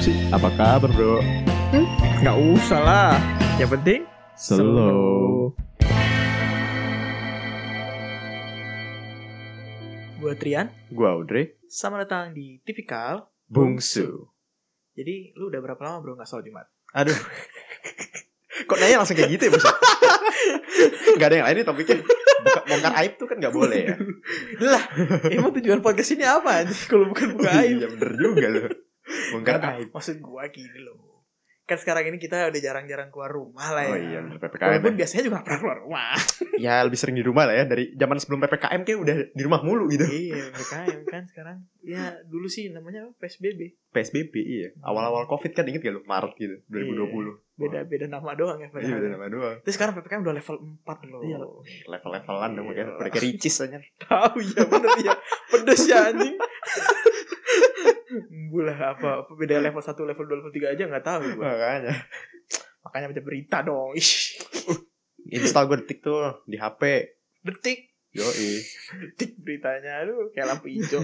sih? Apa kabar bro? Nggak usah lah. Yang penting Slow. Gue Trian. Gua Audrey. Selamat datang di Tipikal Bungsu. Jadi lu udah berapa lama bro gak sholat Jumat? Aduh. Kok nanya langsung kayak gitu ya bos? Gak ada yang lain nih topiknya. Bongkar aib tuh kan gak boleh ya. Lah, emang tujuan podcast ini apa anjing kalau bukan buka aib? Iya bener juga loh. Bongkar Nggak, aib. maksud gue gini loh. Kan sekarang ini kita udah jarang-jarang keluar rumah lah ya. Oh iya bener PPKM. Walaupun Ya. biasanya juga gak pernah keluar rumah. Ya lebih sering di rumah lah ya. Dari zaman sebelum PPKM kayak udah di rumah mulu gitu. Iya, PPKM kan sekarang. Ya dulu sih namanya PSBB. PSBB iya. Awal-awal Covid kan inget gak lu? Maret gitu 2020. Beda nama doang ya. Iya beda nama doang. Terus sekarang PPKM udah level 4 loh. Iya, level-levelan dong kan. Udah kayak ricis aja. Tahu ya bener ya. Pedes ya anjing. Bulah apa beda level 1, level 2, level 3 aja enggak tahu gua. Makanya baca berita dong. Ish. Install gue detik tuh di HP. Detik. Yoi. Detik beritanya aduh kayak lampu hijau.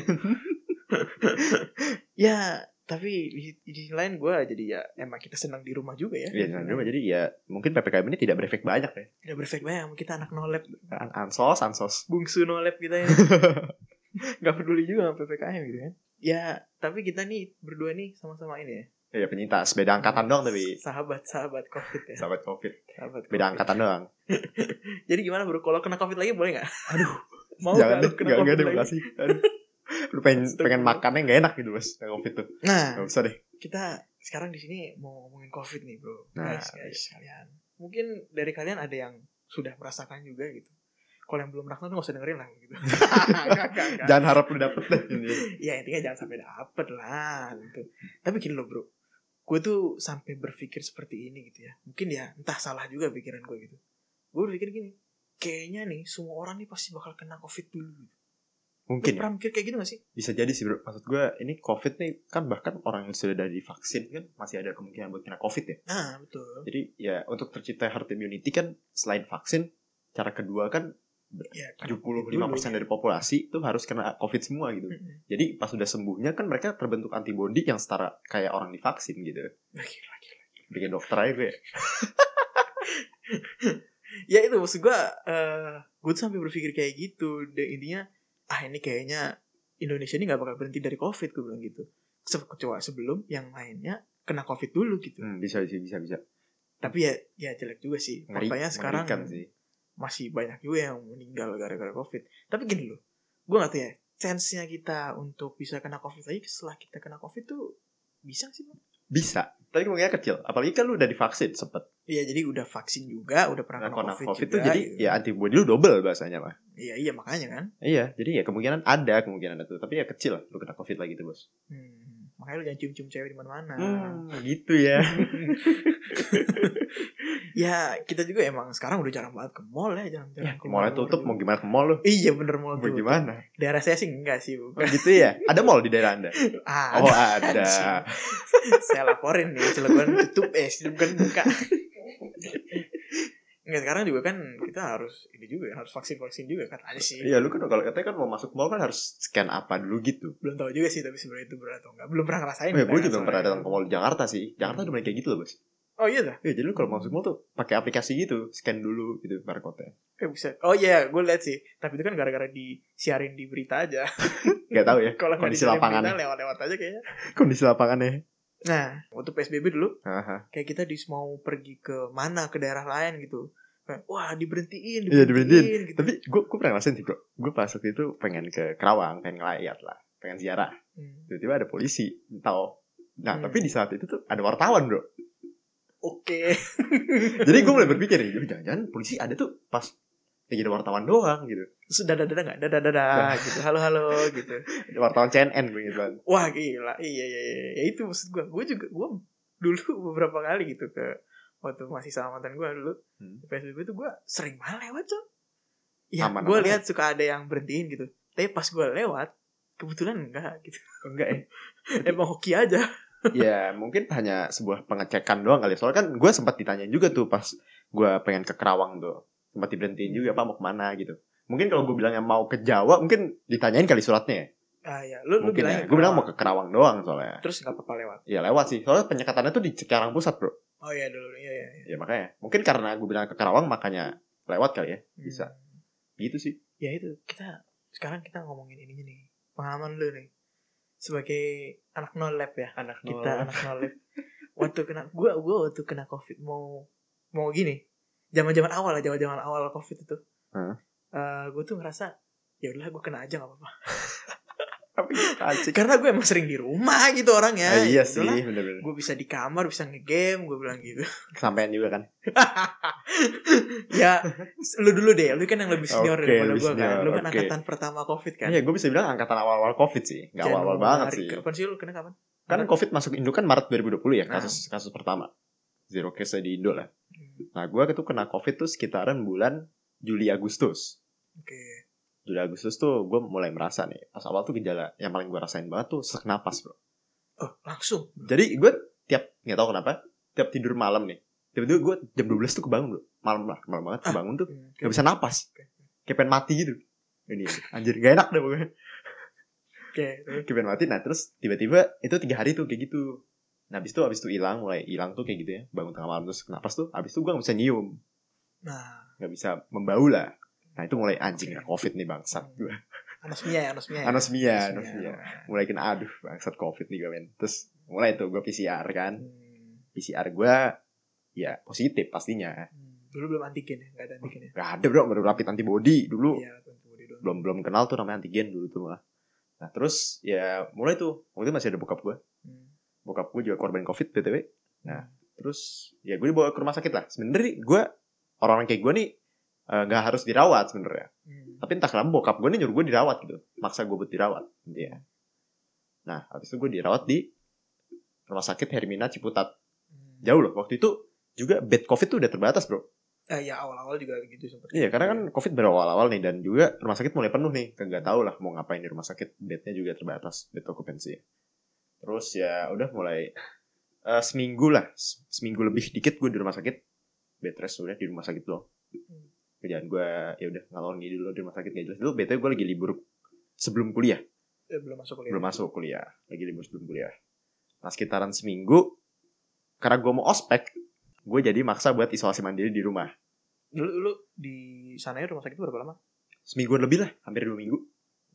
Ya, tapi di sisi lain gue jadi ya emang kita senang di rumah juga ya. Iya di rumah jadi ya mungkin PPKM ini tidak berefek banyak ya. Tidak berefek banyak, kita anak no lab. Ansos. Bungsu no lab kita ini. Gak peduli juga sama PPKM gitu kan. Ya, tapi kita nih berdua nih sama-sama ini ya. Iya penyintas, beda angkatan doang tapi. Sahabat Covid ya. Sahabat Covid. Sahabat Beda COVID. angkatan doang. Jadi gimana bro, kalau kena Covid lagi boleh gak? Aduh. Mau Jangan gak deh, lu kena enggak Covid deh lagi? makasih. Aduh. Lu pengen makannya enggak enak gitu, Bos. Kena Covid tuh. Nah, Enggak usah deh. kita sekarang di sini mau ngomongin Covid nih bro. Nah, guys kalian. Mungkin dari kalian ada yang sudah merasakan juga gitu. Kalau yang belum merasakan tuh gak usah dengerin lah gitu. Enggak. Jangan harap lu dapet deh ini. Ya intinya jangan sampai dapet lah gitu. Tapi gini loh bro, gue tuh sampai berpikir seperti ini gitu ya. Mungkin ya entah salah juga pikiran gue gitu. Gue berpikir gini, kayaknya nih semua orang nih pasti bakal kena Covid dulu gitu. Mungkin Lu ya. pernah mikir kayak gitu gak sih? Bisa jadi sih, Bro. Maksud gue ini Covid nih kan bahkan orang yang sudah divaksin kan masih ada kemungkinan buat kena Covid ya. Nah betul. Jadi ya untuk tercipta herd immunity kan selain vaksin, cara kedua kan Ya, 75% dari populasi itu harus kena Covid semua gitu. Jadi pas sudah sembuhnya kan mereka terbentuk antibodi yang setara kayak orang divaksin gitu. Lagi. Bikin dokter aja gue. Ya itu maksud gue tuh sampai berpikir kayak gitu. Dan intinya ini kayaknya Indonesia ini gak bakal berhenti dari Covid, gue bilang gitu. Kecuali sebelum yang lainnya kena Covid dulu gitu. Bisa. Tapi ya jelek juga sih. Faktanya sekarang sih. masih banyak juga yang meninggal gara-gara Covid. Tapi gini loh, gue gak tahu ya, chance-nya kita untuk bisa kena Covid lagi setelah kita kena Covid tuh bisa gak sih Bang? Bisa, tapi kemungkinan kecil. Apalagi kan lu udah divaksin sempet. Iya, jadi udah vaksin juga, udah pernah kena COVID tuh juga. jadi gitu. ya antibodi lu double bahasanya mah. Iya makanya kan. Iya, jadi ya kemungkinan ada tuh, tapi ya kecil lu kena Covid lagi tuh, Bos. Makanya lu jangan cium-cium cewek di mana-mana. Gitu ya. Ya, kita juga emang sekarang udah jarang banget ke mall ya, jarang-jarang ke Mallnya tutup, mau gimana ke mall lu? Iya bener mall Mau tutup. gimana? Daerah saya sih enggak sih, Oh, bukan. gitu ya? Ada mall di daerah Anda? Ada. Saya laporin nih, Cilegon tutup, bukan buka. Enggak, sekarang juga kan kita harus ini juga harus vaksin juga katanya sih. Iya, lu kan kalau katanya kan mau masuk mall kan harus scan apa dulu gitu. Belum tahu juga sih tapi sebenarnya itu berat atau enggak. Belum pernah ngerasain. Gue juga belum pernah datang ke mall Jakarta sih. Jakarta udah mulai kayak gitu loh, Bos. Oh iya dah. Iya, jadi lu kalau masuk mall tuh pakai aplikasi gitu, scan dulu gitu barcode-nya. Bisa. Oh iya, gue lihat sih. Tapi itu kan gara-gara disiarin di berita aja. Gak tahu ya. Kalau kondisi lapangannya. Lewat-lewat aja kayaknya. Kondisi lapangannya. Nah, waktu PSBB dulu, Aha. kayak kita mau pergi ke mana, ke daerah lain gitu. Kayak, wah diberhentiin Iya diberhentiin gitu. Tapi gue pernah ngerasain sih bro. Gue pas waktu itu pengen ke Kerawang, pengen ngelayat lah, pengen ziarah. Tiba-tiba ada polisi, tahu. Nah tapi di saat itu tuh ada wartawan bro. Oke. Jadi gue mulai berpikir nih, jangan-jangan polisi ada tuh pas lagi ada wartawan doang gitu. Terus dadah nggak? Dadah gitu. Halo gitu. Ada wartawan CNN gue gitu kan. Wah gila. Iya. Ya itu maksud gue. Gue dulu beberapa kali gitu ke waktu masih sama mantan gue dulu. PSBB tuh gue sering banget lewat tuh. Ya gue lihat suka ada yang berhentiin gitu. Tapi pas gue lewat kebetulan enggak gitu. Enggak ya. Emang hoki aja. Ya mungkin hanya sebuah pengecekan doang kali. Soalnya kan gue sempat ditanyain juga tuh pas gue pengen ke Kerawang tuh. Sempat diberhentiin juga, Pak mau kemana gitu. Mungkin kalau gue bilangnya mau ke Jawa, mungkin ditanyain kali suratnya ya. Ya, lu mungkin ya. Gue bilang mau ke Kerawang doang soalnya. Terus nggak apa-apa lewat? Ya lewat sih. Soalnya penyekatannya tuh di Cikarang Pusat bro. Oh iya dulu, iya. Ya makanya. Mungkin karena gue bilang ke Kerawang makanya lewat kali ya. Bisa. Gitu sih. Ya itu sekarang kita ngomongin ininya nih. Pengalaman lu nih. Sebagai anak no lab ya. Anak no lab. Gue waktu kena COVID mau gini. Zaman-zaman awal COVID itu. Gue tuh ngerasa ya udahlah gue kena aja nggak apa-apa. Karena gue emang sering di rumah gitu orangnya. Iya sih, bener-bener. Gue bisa di kamar, bisa nge-game, gue bilang gitu. Kesampean juga kan. Ya, lu dulu deh. Lu kan yang lebih senior daripada gue kan. Lu kan angkatan pertama COVID kan. Iya, gue bisa bilang angkatan awal-awal COVID sih. Gak awal-awal banget sih. Kapan sih lu kena kapan? Kan COVID masuk Indo kan Maret 2020 ya, kasus pertama. Zero case di Indo lah. Nah, gue tuh kena COVID tuh sekitaran bulan Juli Agustus. Oke. Juli Agustus tuh gue mulai merasa nih. Pas awal tuh gejala yang paling gue rasain banget tuh sesak napas bro. Oh langsung? Jadi gue gak tahu kenapa, tiap tidur malam nih. Tiba-tiba gue jam 12 tuh kebangun bro. Malam banget kebangun tuh. Gak bisa napas. Kayak pengen mati gitu. Ini anjir gak enak deh pokoknya. Kayak pengen mati. Nah terus tiba-tiba itu 3 hari tuh kayak gitu. Nah abis itu mulai hilang tuh kayak gitu ya. Bangun tengah malam terus napas tuh. Abis itu gue gak bisa nyium. Gak bisa membau lah. Nah itu mulai anjing COVID nih bangsat gue. Anosmia. Mulai kena aduh bangsat COVID nih gue men. Terus mulai tuh gue PCR kan. PCR gue ya positif pastinya. Dulu belum antigen ya? Gak ada antigen ya? Gak ada bro, baru rapid antibody dulu. Iya, antibody doang. Belum kenal tuh namanya antigen dulu tuh malah. Nah terus ya mulai tuh. Waktu itu masih ada bokap gue. Bokap gue juga korban COVID btw. Nah terus ya gue dibawa ke rumah sakit lah. Sebenernya gue orang-orang kayak gue nih gak harus dirawat sebenarnya. Tapi entah kenapa bokap gue nih nyuruh gue dirawat gitu. Maksa gue buat dirawat gitu ya. Nah habis itu gue dirawat di Rumah Sakit Hermina Ciputat. Jauh loh. Waktu itu juga bed COVID tuh udah terbatas bro. Ya awal-awal juga gitu seperti. Iya karena kan COVID baru awal-awal nih. Dan juga rumah sakit mulai penuh nih. Gak tahu lah mau ngapain di rumah sakit. Bednya juga terbatas. Bed occupancy. Terus ya udah mulai seminggu lebih dikit gue di rumah sakit. Bed rest udah di rumah sakit loh. Kerjaan gue ya udah ngalor ngidul di rumah sakit gak jelas. Itu BTW gue lagi libur sebelum kuliah. Belum masuk kuliah. Lagi libur sebelum kuliah. Nah sekitaran seminggu karena gue mau ospek, gue jadi maksa buat isolasi mandiri di rumah. Lu di sana rumah sakit berapa lama? Semingguan lebih lah, hampir 2 minggu.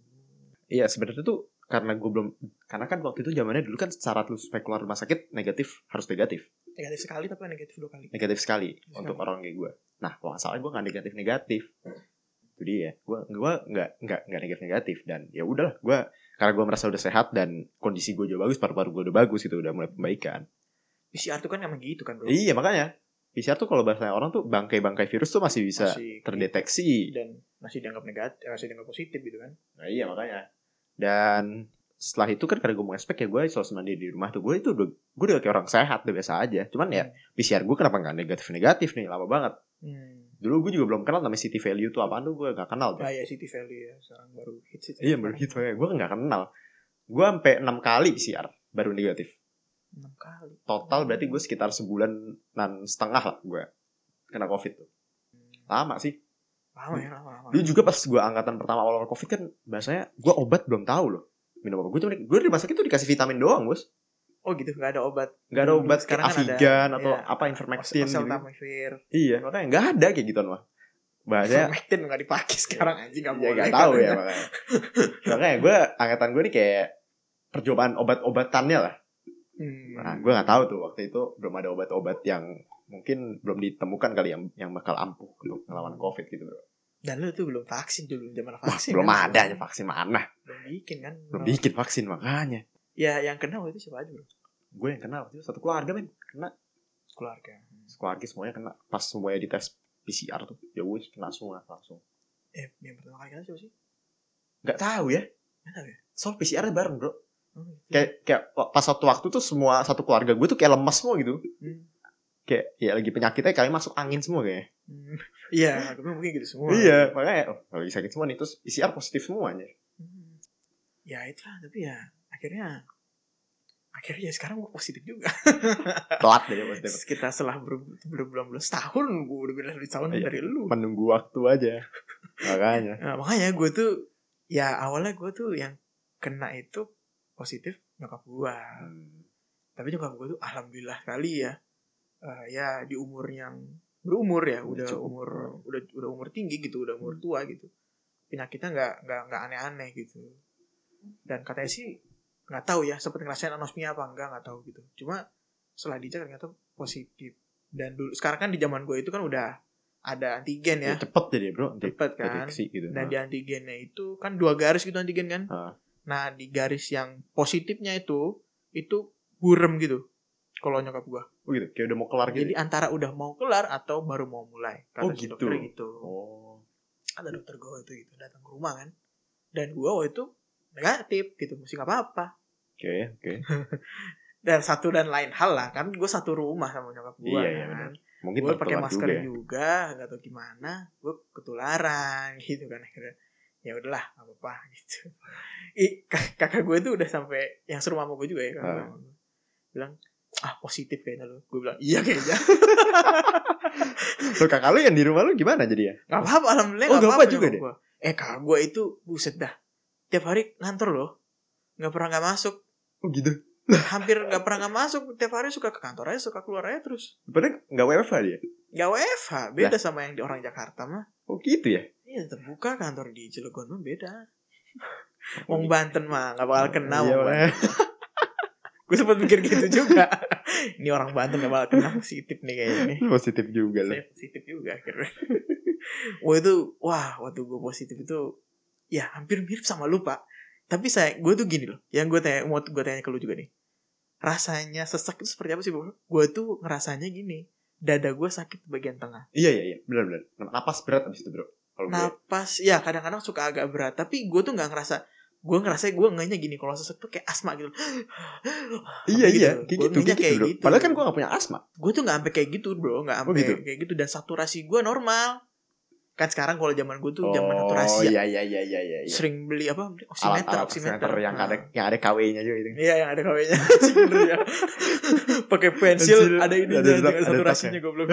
Iya sebenarnya tuh karena kan waktu itu zamannya dulu kan syarat lu supaya keluar rumah sakit harus negatif. Negatif sekali tapi negatif 2 kali. Negatif sekali untuk orang kayak gue. Nah, masalahnya gue nggak negatif. Jadi ya, gue nggak negatif dan ya udahlah karena gue merasa udah sehat dan kondisi gue udah bagus, paru-paru gue udah bagus itu udah mulai pembaikan. PCR tuh kan emang gitu kan bro. Iya makanya PCR tuh kalau bahasa orang tuh bangkai virus tuh masih bisa terdeteksi dan masih dianggap negatif, masih dianggap positif gitu kan. Nah iya makanya. Dan setelah itu kan karena gue mau expect ya gue isolasi mandiri di rumah tuh gue udah kayak orang sehat udah biasa aja. Cuman ya PCR gue kenapa nggak negatif nih lama banget. Dulu gue juga belum kenal namanya city value tuh apaan tuh gue nggak kenal tuh. Ya city value ya sekarang baru hits. Iya baru hits gue nggak kenal. Gue sampai 6 kali PCR baru negatif. 6 kali. Total berarti gue sekitar sebulanan setengah lah gue kena COVID tuh. Lama sih. Lama. Dulu juga pas gue angkatan pertama awal COVID kan bahasanya gue obat belum tahu loh. Minum apa? Gue di rumah sakit tuh dikasih vitamin doang bos. Oh gitu, nggak ada obat. Nggak ada obat sekarang Avigan atau apa Ivermectin gitu. Iya, makanya nggak ada kayak gituan mah. Bahasanya Ivermectin nggak dipakai sekarang anjing nggak boleh. Nggak tahu ya makanya. Makanya gue angkatan gue nih kayak percobaan obat-obatannya lah. Nah, gue nggak tahu tuh waktu itu belum ada obat-obat yang mungkin belum ditemukan kali yang bakal ampuh untuk melawan COVID gitu bro. Dan lu tuh belum vaksin dulu zaman vaksin. Belum kan? Ada vaksin mana? Belum bikin kan? Belum bikin vaksin makanya. Ya yang kena waktu itu siapa aja bro? Gue yang kena waktu itu satu keluarga men kena. Keluarga semuanya kena pas semuanya dites PCR tuh ya wes kena semua langsung. Yang pertama kali kena siapa sih? Nggak tahu ya. Soal PCR-nya bareng bro. Kayak pas satu waktu tuh semua satu keluarga gue tuh kayak lemas semua gitu. Kayak ya lagi penyakitnya kalian masuk angin semua kayaknya. Iya, mungkin gitu semua. Iya, makanya lagi sakit semua nih terus PCR positif semuanya. Ya itulah, tapi ya akhirnya sekarang gue positif juga. Telat deh positif. Kita setelah berbulan tahun gue udah bilang lebih tahun dari lu. Menunggu waktu aja. Makanya. Makanya gue tuh ya awalnya gue tuh yang kena itu positif nyokap gue. Tapi nyokap gue tuh alhamdulillah kali ya, ya di umur yang berumur ya, udah umur tinggi gitu, udah umur tua gitu, penyakitnya nggak aneh-aneh gitu. Dan katanya sih nggak tahu ya, sempet ngerasain anosmia apa nggak tahu gitu. Cuma setelah dicek ternyata positif. Dan dulu sekarang kan di zaman gue itu kan udah ada antigen ya. Cepet jadi bro. Cepet kan. Gitu. Dan di antigennya itu kan 2 garis gitu antigen kan. Nah di garis yang positifnya itu burem gitu. Kalau nyokap gue. Oh gitu. Kayak udah mau kelar gitu. Jadi antara udah mau kelar atau baru mau mulai. Kata si dokter gitu. Ada dokter gue itu gitu datang ke rumah kan. Dan gue waktu itu negatif gitu. Masih gak apa-apa. Oke. Dan satu dan lain hal lah kan, gue satu rumah sama nyokap gue. Iya, kan. Mungkin gue pakai masker juga, nggak tahu gimana, gue ketularan gitu kan. Ya udahlah, nggak apa-apa gitu. Kakak gue tuh udah sampai yang serumah sama gue juga ya, kakak gue bilang positif kayaknya lo. Gue bilang iya kayaknya. Lo kakak lo yang di rumah lo gimana jadi ya? Nggak apa-apa, alhamdulillah. Nggak apa-apa juga deh. Kakak gue itu buset dah, tiap hari ngantor loh, nggak pernah nggak masuk. Oh gitu. Hampir gak pernah gak masuk. Tiap hari suka ke kantor aja, suka keluar aja terus. Padahal gak WFH dia? Gak WFH. Beda sama yang di orang Jakarta mah. Oh gitu ya? Iya terbuka. Kantor di Cilegon mah beda. Wong Banten mah gak bakal kena. Gue sempet mikir gitu juga. Ini orang Banten gak bakal kena positif nih kayaknya. Positif juga lah. Saya positif juga akhirnya. Waktu gue positif itu ya hampir mirip sama lu Pak. Tapi gue tuh gini loh. Yang mau gue tanya ke lu juga nih. Rasanya sesak itu seperti apa sih bro? Gue tuh ngerasanya gini, dada gue sakit bagian tengah. Iya, benar. Napas berat abis itu bro. Napas, ya kadang-kadang suka agak berat. Tapi gue tuh nggak ngerasa. Gue ngerasa gue ngehnya gini, kalau sesak tuh kayak asma gitu. Iya, kayak gitu bro. Gitu. Padahal kan gue nggak punya asma. Gue tuh nggak sampai kayak gitu bro, nggak sampai kayak gitu. Dan saturasi gue normal. Kan sekarang kalau zaman gue tuh zaman saturasi ya. Iya. Sering beli apa? Oximeter yang ada KW-nya juga itu. Iya, yang ada KW-nya. Ya. Pakai pensil ada ini dengan saturasinya goblok.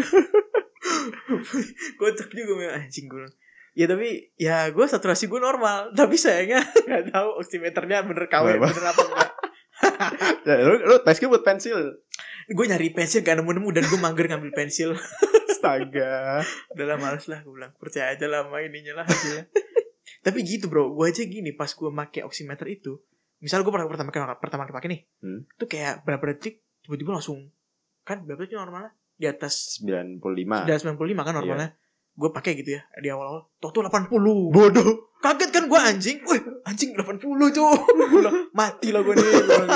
Kocak juga memang anjing gue. Ya tapi ya gue saturasi gue normal, tapi sayangnya enggak tahu oximeternya bener KW bener apa enggak. Ya, lu tesnya buat pensil. Gue nyari pensil gak nemu-nemu dan gue mager ngambil pensil. Astaga. Udah lah males lah, gue bilang percaya aja lah sama ininya lah hasilnya. Tapi gitu bro, gue aja gini pas gue make oximeter itu, misal gue pertama kali pakai nih, itu kayak berapa detik tiba-tiba langsung kan berapa detik normalnya di atas 95. Udah 95 kan normalnya. Gue pakai gitu ya di awal-awal, tuh 80. Bodoh. Kaget kan gue anjing, anjing 80 cuy. Mati lah gue nih.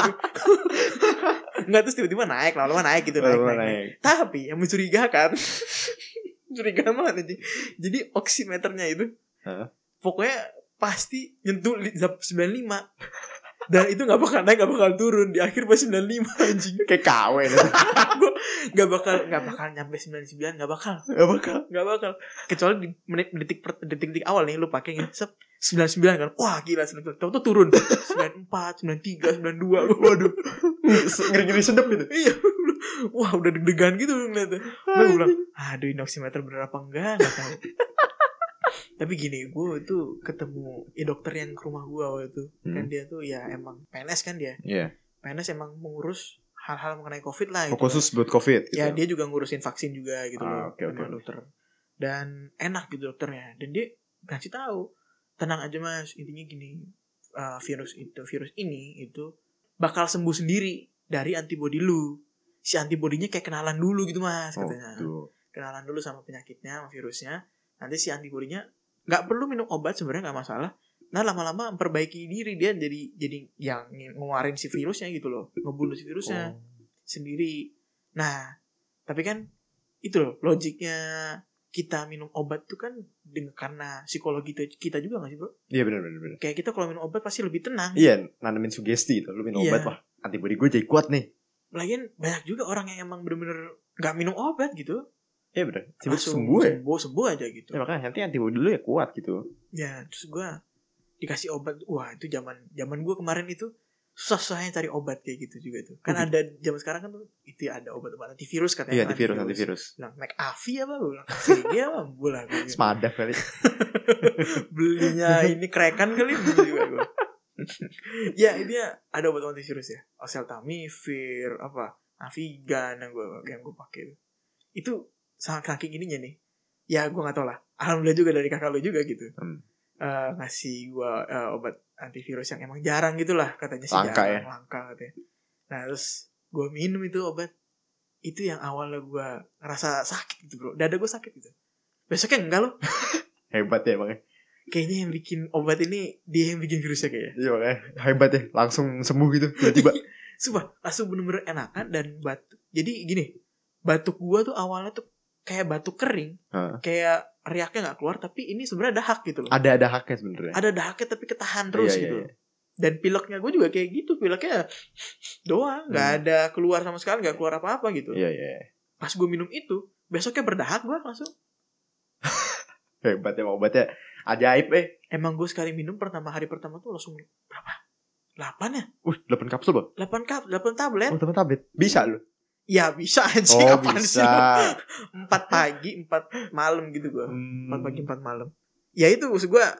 Enggak, terus tiba-tiba naik, lama-lama naik gitu, naik. Tapi yang mencurigakan banget anjing. Jadi oximeternya itu pokoknya pasti nyentuh 95. Dan itu gak bakal naik, gak bakal turun. Di akhir pas 95 anjing. Kayak KW. Gue gak bakal nyampe 99. Gak bakal. Kecuali di detik awal nih lu pakai nih 99 kan. Wah gila 99. Tahu tuh turun 94, 93, 92. Waduh. Ngeri-ngeri sedep gitu. Iya. Wah udah deg-degan gitu ngeliatnya. Gue bilang aduh ini oximeter bener apa enggak. Gak tahu. Tapi gini, gue tuh ketemu dokter yang ke rumah gue waktu itu. Kan dia tuh ya emang PNS kan dia. PNS emang mengurus hal-hal mengenai COVID lah gitu. Khusus buat COVID gitu. Ya dia juga ngurusin vaksin juga gitu loh. Okay. Dokter. Dan enak gitu dokternya. Dan dia ngasih tahu, tenang aja mas, intinya gini, virus ini itu bakal sembuh sendiri dari antibodi lu. Si antibodinya kayak kenalan dulu gitu mas katanya. Kenalan dulu sama penyakitnya, sama virusnya. Nanti si antibodinya nggak perlu minum obat sebenarnya nggak masalah. Nah lama-lama memperbaiki diri dia jadi yang ngeluarin si virusnya gitu loh, ngebunuh si virusnya sendiri. Nah tapi kan itu loh logiknya kita minum obat tuh kan karena psikologi kita juga nggak sih bro? Iya benar. Kayak kita kalau minum obat pasti lebih tenang. Iya, nanemin sugesti itu. Lu minum obat wah antibodi gue jadi kuat nih. Lagian banyak juga orang yang emang bener-bener nggak minum obat gitu. Iya bener. Sembuh aja gitu. Ya makanya nanti antibodi dulu ya kuat gitu. Ya terus gue dikasih obat. Wah itu zaman gue kemarin itu susah-susahnya cari obat kayak gitu juga tuh. Kan ada zaman sekarang kan tuh itu ada obat-obat antivirus katanya. Iya antivirus. Bilang McAfee apa? Gue bilang dia apa? Bola. Semadak kali. Belinya ini kerekan kali beli juga gue. Ya ini ada obat antivirus ya, oseltamivir, Avigan yang gue pakai itu sangat saking ininya nih. Ya gue nggak tahu lah. Alhamdulillah juga dari kakak lu juga gitu. Ngasih gue obat antivirus yang emang jarang gitulah katanya sih, langka jarang, ya. langka katanya. Nah terus gue minum itu obat. Itu yang awalnya gue ngerasa sakit gitu bro, dada gue sakit gitu. Besoknya enggak loh. Hebat ya emangnya. Kayaknya yang bikin obat ini dia yang bikin virusnya kayaknya. Iya makanya hebat ya, langsung sembuh gitu tiba-tiba. Sumpah, langsung bener-bener enakan dan batuk. Jadi gini, batuk gua tuh awalnya tuh kayak batuk kering, kayak riaknya nggak keluar, tapi ini sebenarnya dahak gitu loh. Ada dahaknya sebenarnya. Ada dahaknya tapi ketahan terus gitu. Iya. Dan pileknya gue juga kayak gitu, pileknya doang, nggak ada keluar sama sekali, nggak keluar apa-apa gitu. Iya. Pas gue minum itu, besoknya berdahak gue langsung. Hebat ya, obatnya ajaib Emang gue sekali minum hari pertama tuh langsung berapa? 8 ya? 8 kapsul bang? 8 tablet. 8 tablet? Bisa loh? Ya bisa anjing. Oh bisa. 4 pagi 4 malam gitu gue. 4 pagi 4 malam. Ya itu maksud gue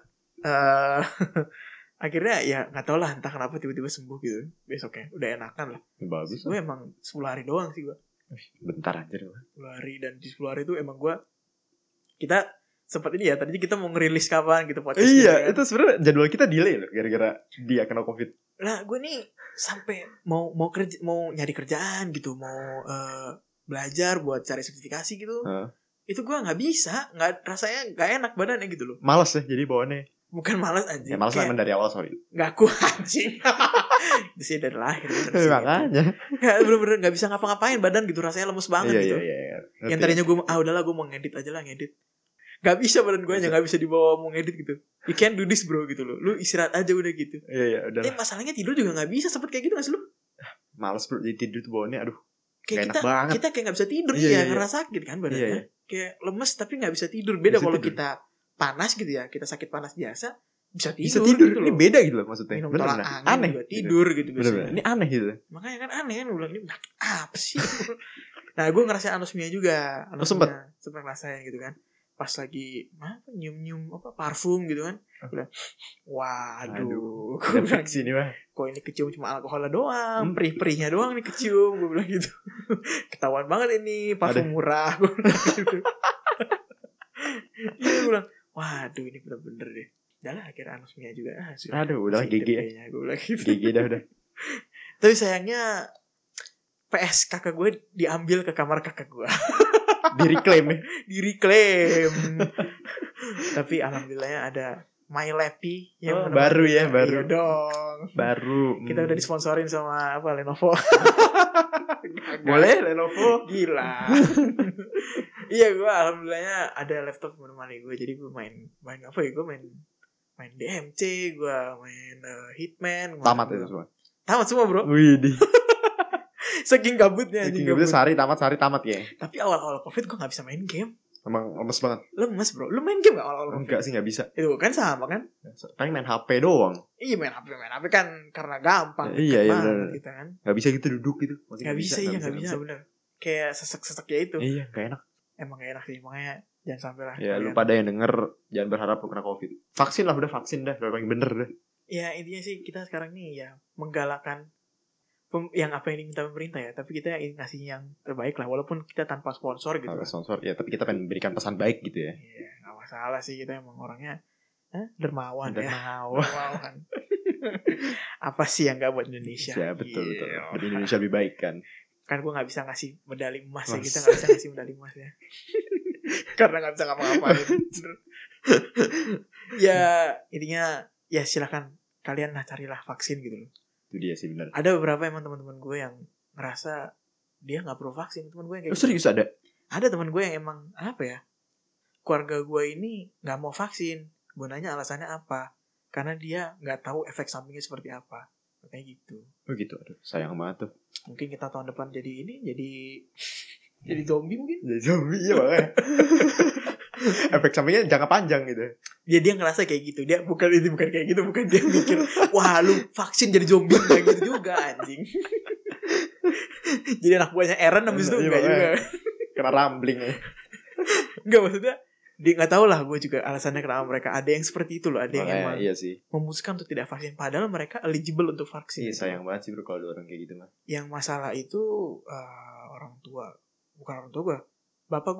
akhirnya ya gak tau lah entah kenapa tiba-tiba sembuh gitu. Besoknya udah enakan lah. Bagus. Gue emang 10 hari doang sih gue. Bentar aja dong. 10 hari, dan di 10 hari itu emang gue, kita sempat ini ya, tadinya kita mau ngerilis kapan gitu podcast. Iya, kan. itu sebenarnya jadwal kita delay loh gara-gara dia kena COVID. Nah, gue nih sampai mau nyari kerjaan gitu, mau belajar buat cari sertifikasi gitu. Itu gue nggak bisa, rasanya nggak enak badannya gitu loh. Malas ya jadi bawaannya. Bukan malas anjing. Ya malas emang dari awal, sorry. Nggak kuat anjing. Itu sih dari lahir. Makanya. Bener-bener nggak bisa ngapa-ngapain badan gitu, rasanya lemes banget gitu. Iya. Yang tadinya gue udahlah gue mau ngedit aja lah, ngedit. Gak bisa badan gue aja, gak bisa dibawa mau ngedit gitu. You can't do this bro gitu loh. Lu istirahat aja udah gitu. Iya udah. Masalahnya tidur juga gak bisa sempet kayak gitu gak sih lu? Males bro, jadi tidur tuh bawaannya aduh. Kayak enak banget. Kita kayak gak bisa tidur karena sakit kan badannya. Iya. Kayak lemes tapi gak bisa tidur. Beda kalau kita panas gitu ya, kita sakit panas biasa bisa tidur gitu loh. Ini beda gitu loh maksudnya. Minum tolak angin aneh juga tidur gitu biasanya. Ini aneh gitu. Makanya kan aneh kan, gue bilang ini apa sih? Nah gue ngerasain anosmia juga. Sempet ngerasain gitu kan. Pas lagi nyium parfum gitu kan, waduh, gue bilang sini mah, kok ini kecium cuma alkoholnya doang, perih-perihnya doang nih kecium, gue bilang gitu. Ketahuan banget ini parfum murah, gue bilang gitu. Iya, gue bilang, waduh ini bener-bener deh. Udah lah akhirnya anosmia juga. Aduh udah GG ya, gue bilang gitu. GG dah udah. Tapi sayangnya PS kakak gue diambil ke kamar kakak gue. Direklaim. Tapi alhamdulillahnya ada My Lappy yang baru ya, baru. Iya dong. Baru. Kita udah disponsorin sama Lenovo. Boleh Lenovo. Gila. Iya, gue alhamdulillahnya ada laptop menemani gue, jadi gue main apa ya? Gue main DMC, gue main Hitman. Tamat itu semua. Tamat semua bro. Widih. Saking gabutnya. Saking gabutnya sehari tamat ya. Tapi awal-awal COVID gue gak bisa main game. Emang lemes banget. Lemes bro. Lu main game gak awal-awal COVID? Enggak sih, gak bisa. Itu kan sama kan. Paling main HP doang. Iya main HP kan karena gampang. Iya bener. Gitu kan. Gak bisa gitu duduk gitu. Gak bisa bener. Kayak sesek-sesek ya itu. Iya gak enak. Emang gak enak sih, makanya jangan sampai lah. Ya lu pada yang denger, jangan berharap lu kena COVID. Vaksin lah, udah vaksin dah, udah paling bener dah. Ya intinya sih kita sekarang nih ya menggalakkan yang apa yang diminta pemerintah ya, tapi kita ngasih yang terbaik lah, walaupun kita tanpa sponsor gitu. Tanpa sponsor ya, tapi kita pengen memberikan pesan baik gitu ya. Iya, gak masalah sih, kita emang orangnya dermawan ya. Apa sih yang gak buat Indonesia? Ya betul. Buat Indonesia lebih baik kan. Kan gue gak bisa ngasih medali emas ya, kita gak bisa ngasih medali emas ya. Karena gak bisa ngapa-ngapain. Ya intinya ya silakan kalian lah carilah vaksin gitu loh. Itu dia sih benar. Ada beberapa emang teman-teman gue yang ngerasa dia nggak perlu vaksin. Teman gue yang kayak gitu. Serius ada? Ada teman gue yang emang apa ya? Keluarga gue ini nggak mau vaksin. Gue nanya alasannya apa? Karena dia nggak tahu efek sampingnya seperti apa. Kayak gitu. Oh gitu. Aduh, sayang banget tuh. Mungkin kita tahun depan jadi zombie mungkin. Jadi zombie ya makanya. Efek sampingnya jangka panjang gitu. Dia ngerasa kayak gitu. Dia bukan kayak gitu, bukan dia mikir, wah lu vaksin jadi zombie kayak gitu juga anjing. Jadi anak buahnya Eren habis itu enggak juga. Kena rambling ya. Enggak, maksudnya Dia nggak tahu lah, gue juga alasannya kenapa mereka ada yang seperti itu loh, ada yang emang iya sih. memutuskan untuk tidak vaksin padahal mereka eligible untuk vaksin. Iya, sayang banget sih bro kalau ada orang kayak gitu mah. Yang masalah itu orang tua, bukan orang tua gue, bapak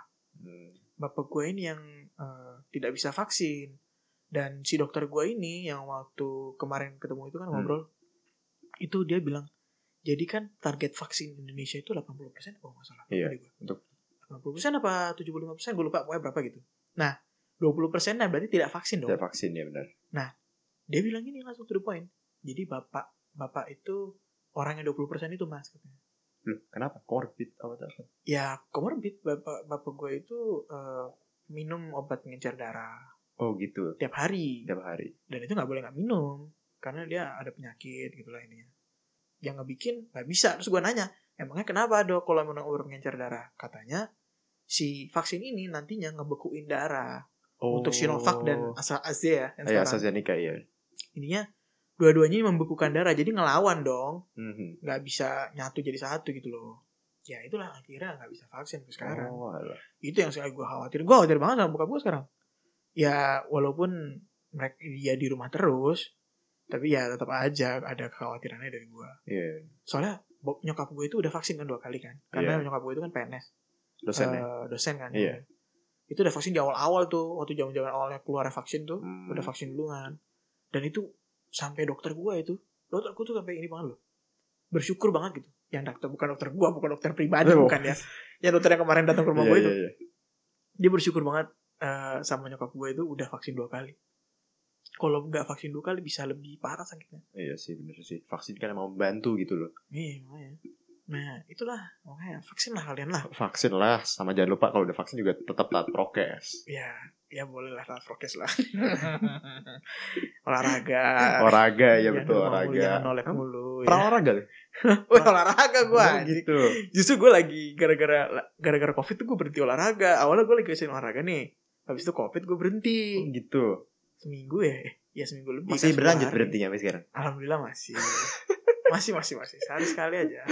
gue ini yang tidak bisa vaksin. Dan si dokter gue ini yang waktu kemarin ketemu itu kan ngobrol, itu dia bilang, jadi kan target vaksin Indonesia itu 80% kalau nggak salah. Iya, untuk 80% apa 75%, gue lupa, pokoknya berapa gitu. Nah, 20% berarti tidak vaksin dong. tidak vaksin, ya benar. Nah, dia bilang gini langsung to the point. Jadi bapak itu orangnya 20% itu mas katanya. Loh, kenapa? Komorbid apa? Ya, komorbid. Bapak gue itu minum obat pengencer darah. Oh gitu. Tiap hari. Dan itu nggak boleh nggak minum karena dia ada penyakit gitulah ininya. Yang ngebikin nggak bisa. Terus gue nanya, emangnya kenapa dok kalau minum obat pengencer darah? Katanya si vaksin ini nantinya ngebekuin darah untuk Sinovac dan AstraZeneca ya. Iya, AstraZeneca ya. Ininya dua-duanya membekukan darah, jadi ngelawan dong, nggak bisa nyatu jadi satu gitu loh. Ya itulah akhirnya nggak bisa vaksin sekarang. Itu yang saya gue khawatir banget sama bokap gue sekarang. Ya walaupun mereka dia di rumah terus, tapi ya tetap aja ada kekhawatirannya dari gue. Yeah. Soalnya nyokap gue itu udah vaksin kan 2 kali kan, karena nyokap gue itu kan PNS, dosen kan. Yeah. Itu udah vaksin di awal-awal tuh, waktu zaman-zaman awalnya keluar vaksin tuh, udah vaksin dulu kan. Dan itu sampai dokter gue tuh sampai ini banget loh, bersyukur banget gitu. Yang bukan dokter pribadi, bukan ya. Yang dokter yang kemarin datang ke rumah gue itu, dia bersyukur banget sama nyokap gue itu udah vaksin 2 kali. Kalau nggak vaksin 2 kali bisa lebih parah sakitnya. Iya sih, bener sih. Vaksin kan emang membantu gitu loh. Iya, makanya. Nah, itulah makanya vaksin lah kalian lah. Vaksin lah, sama jangan lupa kalau udah vaksin juga tetap taat prokes. Ya boleh lah taat prokes lah. Olahraga ya betul, olahraga. Jangan nolep mulu. Olahraga loh. Olahraga gue gitu. Justru gue lagi gara-gara COVID tuh gue berhenti olahraga. Awalnya gue lagi sering olahraga nih. Habis itu COVID gue berhenti. Gitu. Seminggu ya? Ya seminggu lebih. Masih berlanjut berhentinya sampai sekarang? Alhamdulillah masih. Masih. Sehari sekali aja.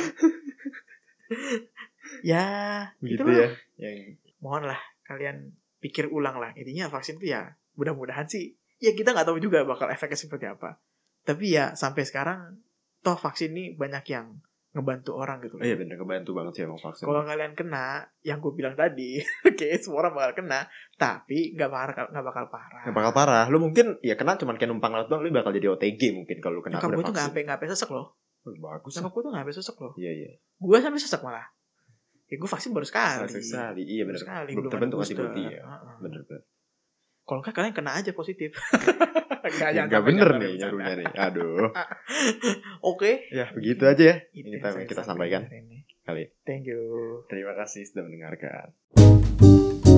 Ya, gitu itulah. Ya. Mohon lah kalian pikir ulang lah. Intinya vaksin tuh ya mudah-mudahan sih. Ya kita nggak tahu juga bakal efeknya seperti apa. Tapi ya sampai sekarang toh vaksin ini banyak yang ngebantu orang gitu. Iya bener, ngebantu banget sih emang vaksin. Kalau kalian kena, yang gue bilang tadi, kayak semua orang bakal kena, tapi nggak bakal parah. Nggak bakal parah. Lu mungkin ya kena cuman kayak numpang laut doang, lu bakal jadi OTG mungkin kalau lu kena. Nyokap gue tuh nggak sampai sesek loh. Bagus. Nyokap gue tuh nggak sampai sesek loh. Iya. Gue sampai sesek malah. Ya gue vaksin baru sekali. Iya benar. Belum terbentuk antibodi ya. Bener. Kalau nggak kalian kena aja positif. Gak bener nih nyarunya nih. Aduh. Oke. Ya begitu aja ya. Ini yang kita sampaikan kali. Thank you. Terima kasih sudah mendengarkan.